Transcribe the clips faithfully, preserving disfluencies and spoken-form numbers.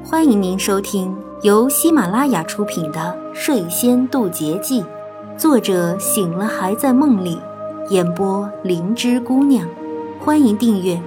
欢迎您收听由喜马拉雅出品的《睡仙渡劫记》，作者醒了还在梦里，演播灵芝姑娘。欢迎订阅。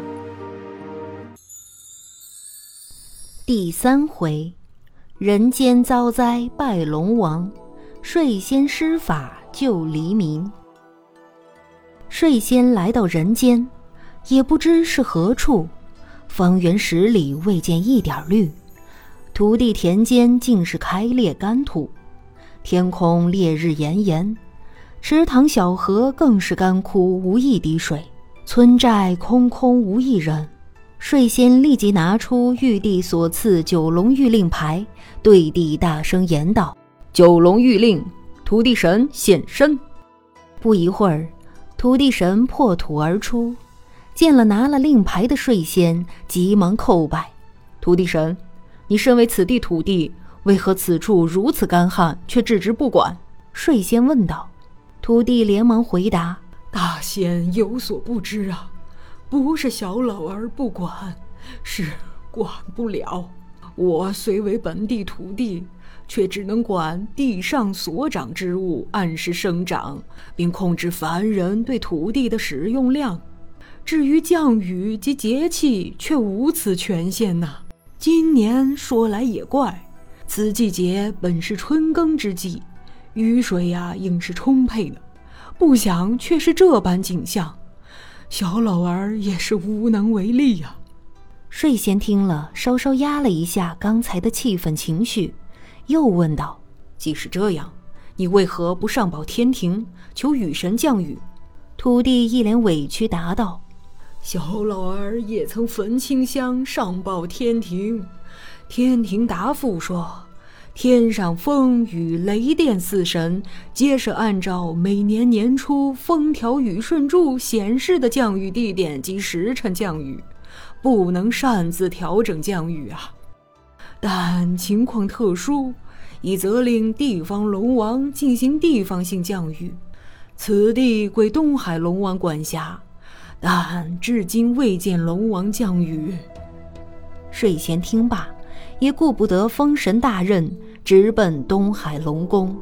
第三回，人间遭灾拜龙王，睡仙施法救黎民。睡仙来到人间，也不知是何处，方圆十里未见一点绿，土地田间尽是开裂干土，天空烈日炎炎，池塘小河更是干枯无一滴水，村寨空空无一人。睡仙立即拿出玉帝所赐九龙玉令牌，对地大声言道：九龙玉令，土地神现身。不一会儿，土地神破土而出，见了拿了令牌的睡仙，急忙叩拜：土地神，你身为此地土地，为何此处如此干旱却置之不管？睡仙问道。土地连忙回答： 大仙有所不知啊，不是小老儿不管，是管不了。我虽为本地土地，却只能管地上所长之物按时生长，并控制凡人对土地的使用量。至于降雨及节气，却无此权限呐、啊。今年说来也怪，此季节本是春耕之季，雨水呀、啊、应是充沛的，不想却是这般景象，小老儿也是无能为力呀、啊。 睡仙听了，稍稍压了一下刚才的气愤情绪，又问道： 既是这样，你为何不上报天庭，求雨神降雨？ 土地一脸委屈答道： 小老儿也曾焚清香上报天庭，天庭答复说，天上风雨雷电四神皆是按照每年年初风调雨顺柱显示的降雨地点及时辰降雨，不能擅自调整降雨啊。但情况特殊，已责令地方龙王进行地方性降雨，此地归东海龙王管辖，但至今未见龙王降雨。 睡仙听罢，也顾不得封神大任，直奔东海龙宫。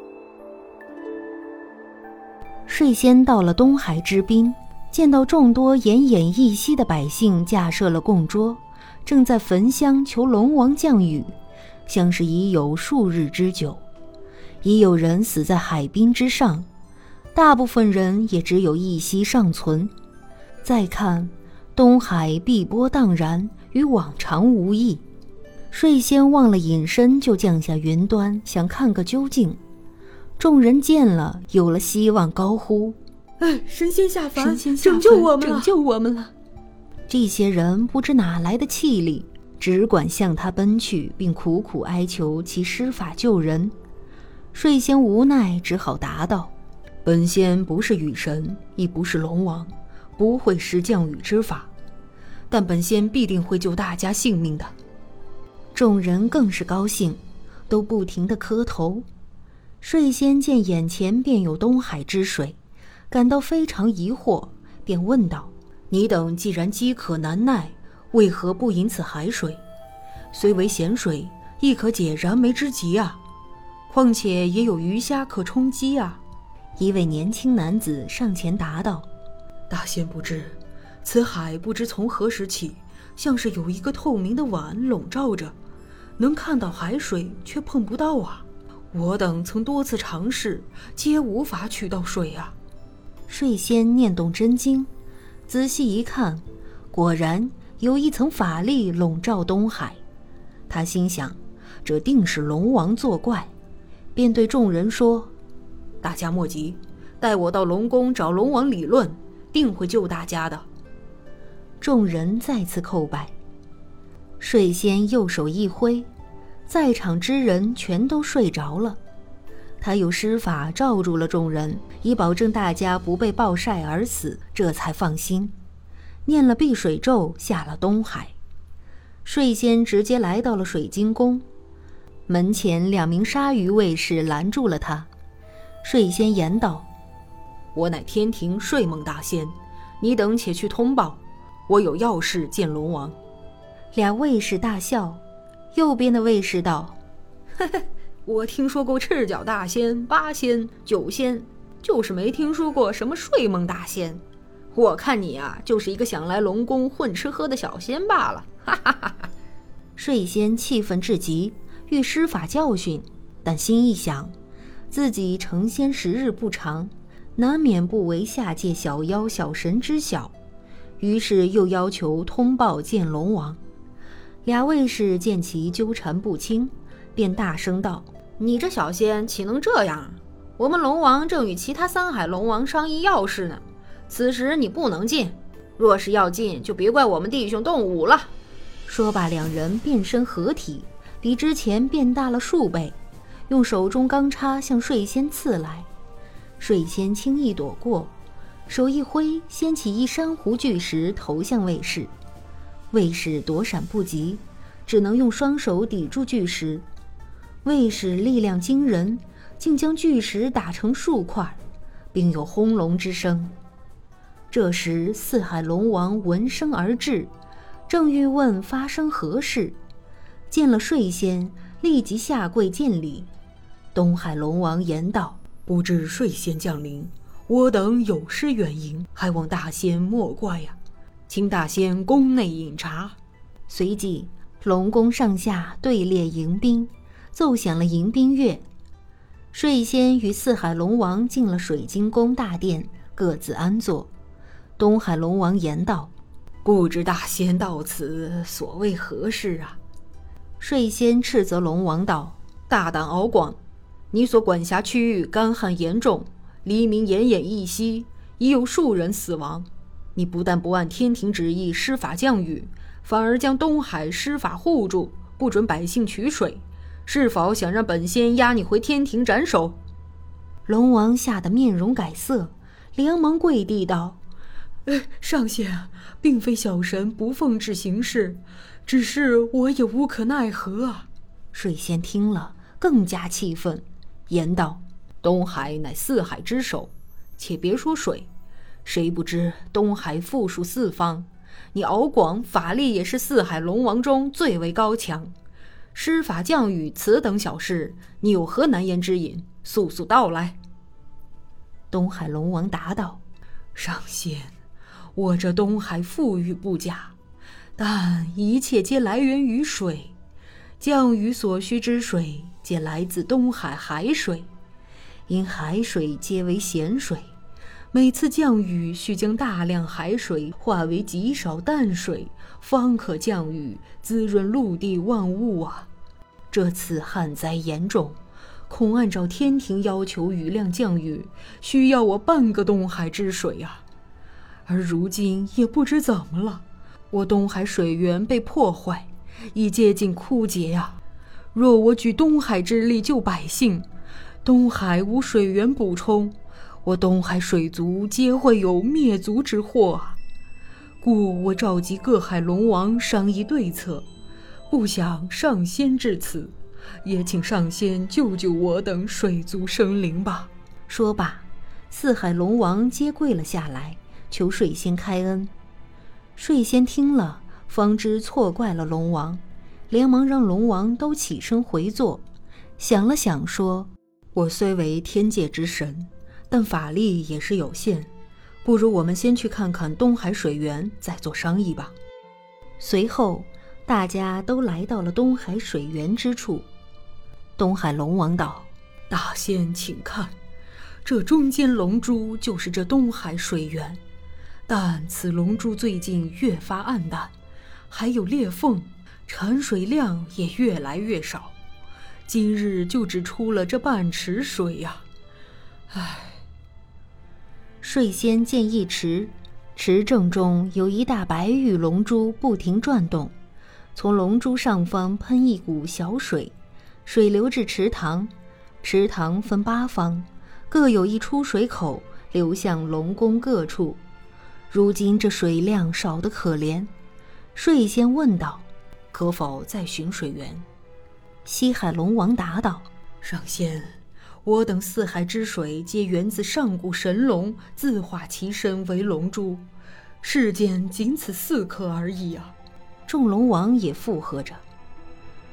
睡仙到了东海之滨，见到众多奄奄一息的百姓架设了供桌，正在焚香求龙王降雨，像是已有数日之久。已有人死在海滨之上，大部分人也只有一息尚存。再看东海碧波荡然，与往常无异。睡仙忘了隐身，就降下云端，想看个究竟。众人见了，有了希望，高呼： 哎，神仙下凡， 神仙下凡， 拯救我们了， 拯救我们了！这些人不知哪来的气力，只管向他奔去，并苦苦哀求其施法救人。睡仙无奈，只好答道： 本仙不是雨神，亦不是龙王，不会施降雨之法，但本仙必定会救大家性命的。 众人更是高兴，都不停地磕头。睡仙见眼前便有东海之水，感到非常疑惑，便问道：你等既然饥渴难耐，为何不饮此海水？虽为咸水，亦可解燃眉之急啊，况且也有鱼虾可充饥啊。一位年轻男子上前答道： 大仙不知，此海不知从何时起，像是有一个透明的碗笼罩着，能看到海水却碰不到啊。我等曾多次尝试，皆无法取到水啊。 睡仙念动真经，仔细一看，果然有一层法力笼罩东海。他心想，这定是龙王作怪，便对众人说： 大家莫急，带我到龙宫找龙王理论，定会救大家的。 众人再次叩拜。睡仙右手一挥，在场之人全都睡着了。他又施法罩住了众人，以保证大家不被暴晒而死，这才放心。念了避水咒，下了东海。睡仙直接来到了水晶宫，门前两名鲨鱼卫士拦住了他。睡仙言道： 我乃天庭睡梦大仙，你等且去通报，我有要事见龙王。 俩卫士大笑， 右边的卫士道： 嘿嘿，我听说过赤脚大仙、八仙、九仙，就是没听说过什么睡梦大仙。我看你啊，就是一个想来龙宫混吃喝的小仙罢了。哈哈哈哈！ 睡仙气愤至极，欲施法教训，但心一想，自己成仙时日不长，难免不为下界小妖小神知晓，于是又要求通报见龙王。俩卫士见其纠缠不清，便大声道：你这小仙岂能这样？我们龙王正与其他三海龙王商议要事呢，此时你不能进，若是要进，就别怪我们弟兄动武了。说罢，两人变身合体，比之前变大了数倍，用手中钢叉向睡仙刺来。睡仙轻易躲过，手一挥，掀起一珊瑚巨石投向卫士。卫士躲闪不及，只能用双手抵住巨石。卫士力量惊人，竟将巨石打成数块，并有轰隆之声。这时四海龙王闻声而至，正欲问发生何事，见了睡仙，立即下跪见礼。东海龙王言道： 不知睡仙降临，我等有失远迎，还望大仙莫怪呀、啊。请大仙宫内饮茶。 随即龙宫上下队列迎宾，奏响了迎宾乐。睡仙与四海龙王进了水晶宫大殿，各自安坐。东海龙王言道： 不知大仙到此所谓何事啊？ 睡仙斥责龙王道： 大胆敖广，你所管辖区域干旱严重，黎民奄奄一息，已有数人死亡。你不但不按天庭旨意施法降雨，反而将东海施法护住，不准百姓取水，是否想让本仙押你回天庭斩首？ 龙王吓得面容改色，连忙跪地道： 哎，上仙，并非小神不奉旨行事，只是我也无可奈何啊。 睡仙听了更加气愤，言道： 东海乃四海之首，且别说水，谁不知东海富庶四方，你敖广法力也是四海龙王中最为高强，施法降雨此等小事，你有何难言之隐？速速道来。 东海龙王答道： 上仙，我这东海富裕不假，但一切皆来源于水，降雨所需之水皆来自东海海水，因海水皆为咸水，每次降雨需将大量海水化为极少淡水，方可降雨滋润陆地万物啊。这次旱灾严重，恐按照天庭要求雨量降雨，需要我半个东海之水啊。而如今也不知怎么了，我东海水源被破坏，已接近枯竭啊。若我举东海之力救百姓，东海无水源补充，我东海水族皆会有灭族之祸啊！故我召集各海龙王商议对策，不想上仙至此，也请上仙救救我等水族生灵吧。 说罢，四海龙王皆跪了下来，求睡仙开恩。睡仙听了，方知错怪了龙王，连忙让龙王都起身回坐，想了想说： 我虽为天界之神，但法力也是有限，不如我们先去看看东海水源，再做商议吧。 随后大家都来到了东海水源之处。东海龙王道： 大仙请看，这中间龙珠就是这东海水源，但此龙珠最近越发暗淡，还有裂缝，产水量也越来越少，今日就只出了这半池水呀、啊！唉。 睡仙见一池，池正中有一大白玉龙珠不停转动，从龙珠上方喷一股小水，水流至池塘，池塘分八方，各有一出水口，流向龙宫各处。如今这水量少得可怜，睡仙问道： 可否再寻水源？ 西海龙王答道： 上仙，我等四海之水皆源自上古神龙自化其身为龙珠，世间仅此四颗而已啊！ 众龙王也附和着。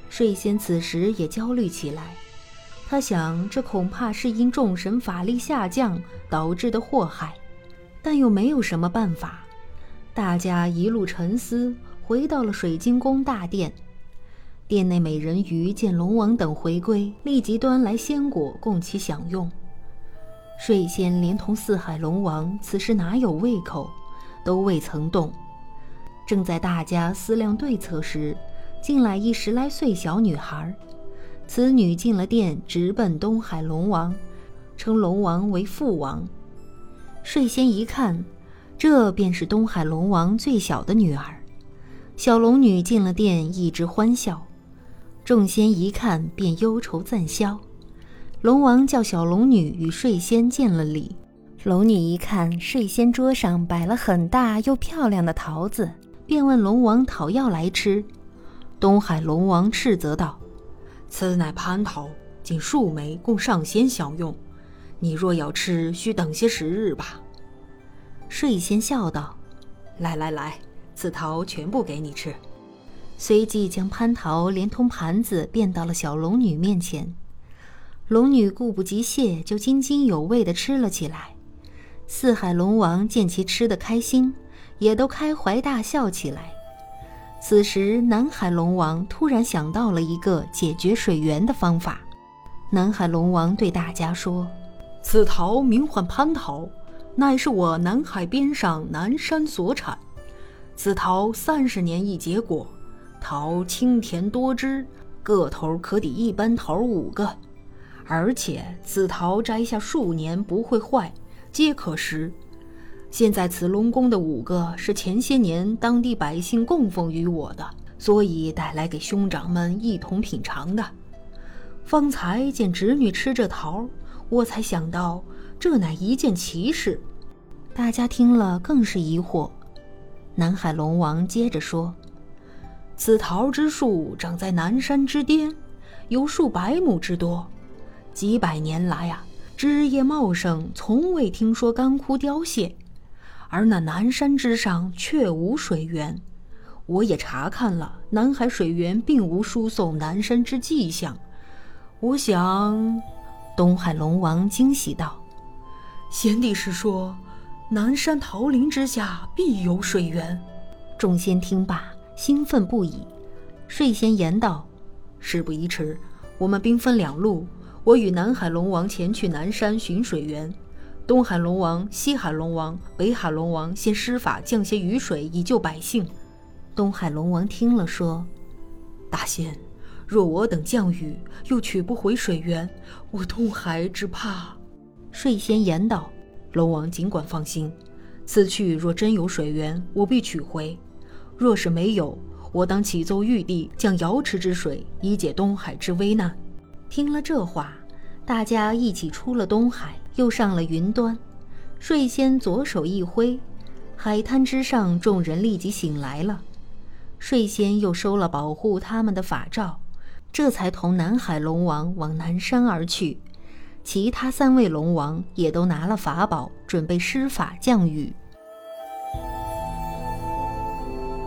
睡仙此时也焦虑起来，他想这恐怕是因众神法力下降导致的祸害，但又没有什么办法。大家一路沉思，回到了水晶宫大殿。殿内美人鱼见龙王等回归，立即端来鲜果供其享用。睡仙连同四海龙王此时哪有胃口，都未曾动。正在大家思量对策时，进来一十来岁小女孩。此女进了殿，直奔东海龙王，称龙王为父王。睡仙一看，这便是东海龙王最小的女儿。小龙女进了殿，一直欢笑。众仙一看，便忧愁暂消。龙王叫小龙女与睡仙见了礼。龙女一看睡仙桌上摆了很大又漂亮的桃子，便问龙王讨要来吃。东海龙王斥责道： 此乃蟠桃，仅数枚，供上仙享用。你若要吃，需等些时日吧。 睡仙笑道： 来来来，此桃全部给你吃。 随即将蟠桃连同盘子变到了小龙女面前。龙女顾不及谢，就津津有味地吃了起来。四海龙王见其吃得开心，也都开怀大笑起来。此时南海龙王突然想到了一个解决水源的方法。南海龙王对大家说： 此桃名唤蟠桃，乃是我南海边上南山所产。此桃三十年一结果，桃清甜多汁，个头可抵一般桃五个。而且此桃摘下数年不会坏，皆可食。现在此龙宫的五个是前些年当地百姓供奉于我的，所以带来给兄长们一同品尝的。方才见侄女吃这桃，我才想到这乃一件奇事。 大家听了更是疑惑。南海龙王接着说： 此桃之树长在南山之巅，有数百亩之多，几百年来啊，枝叶茂盛，从未听说干枯凋谢。而那南山之上却无水源，我也查看了，南海水源并无输送南山之迹象。我想， 东海龙王惊喜道： 贤弟是说，南山桃林之下必有水源。 众仙听罢，兴奋不已。睡仙言道： 事不宜迟，我们兵分两路，我与南海龙王前去南山寻水源，东海龙王、西海龙王、北海龙王先施法降些雨水以救百姓。 东海龙王听了说： 大仙，若我等降雨，又取不回水源，我东海只怕…… 睡仙言道： 龙王尽管放心，此去若真有水源，我必取回；若是没有，我当启奏玉帝，降瑶池之水，以解东海之危难。 听了这话，大家一起出了东海，又上了云端。睡仙左手一挥，海滩之上众人立即醒来了。睡仙又收了保护他们的法罩，这才同南海龙王往南山而去。其他三位龙王也都拿了法宝，准备施法降雨。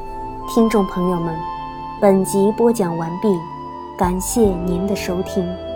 听众朋友们，本集播讲完毕，感谢您的收听。